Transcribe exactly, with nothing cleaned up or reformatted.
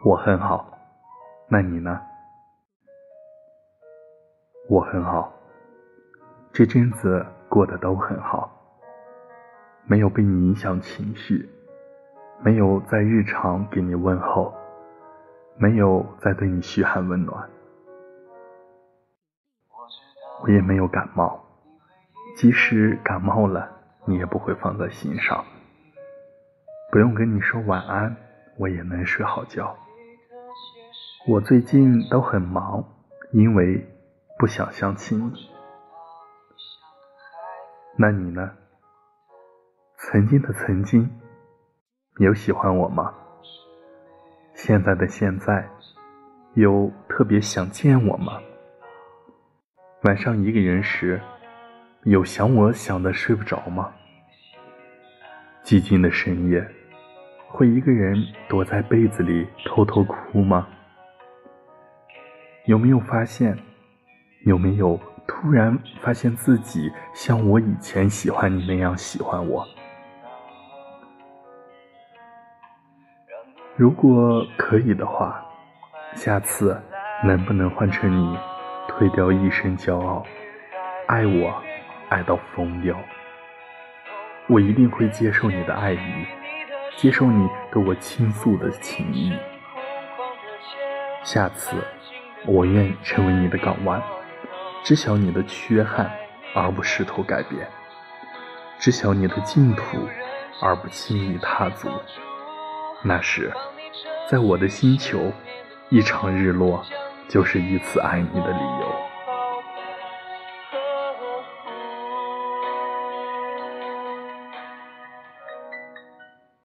我很好，那你呢？我很好，这阵子过得都很好，没有被你影响情绪，没有在日常给你问候，没有在对你嘘寒问暖。我也没有感冒，即使感冒了，你也不会放在心上。不用跟你说晚安，我也能睡好觉。我最近都很忙，因为不想相亲你。那你呢？曾经的曾经，你有喜欢我吗？现在的现在，有特别想见我吗？晚上一个人时，有想我想得睡不着吗？寂静的深夜，会一个人躲在被子里偷偷哭吗？有没有发现，有没有突然发现自己像我以前喜欢你那样喜欢我？如果可以的话，下次能不能换成你退掉一身骄傲，爱我爱到疯掉？我一定会接受你的爱意，接受你对我倾诉的情谊。下次我愿意成为你的港湾，知晓你的缺憾而不试图改变，知晓你的净土而不轻易踏足。那时在我的星球，一场日落就是一次爱你的理由。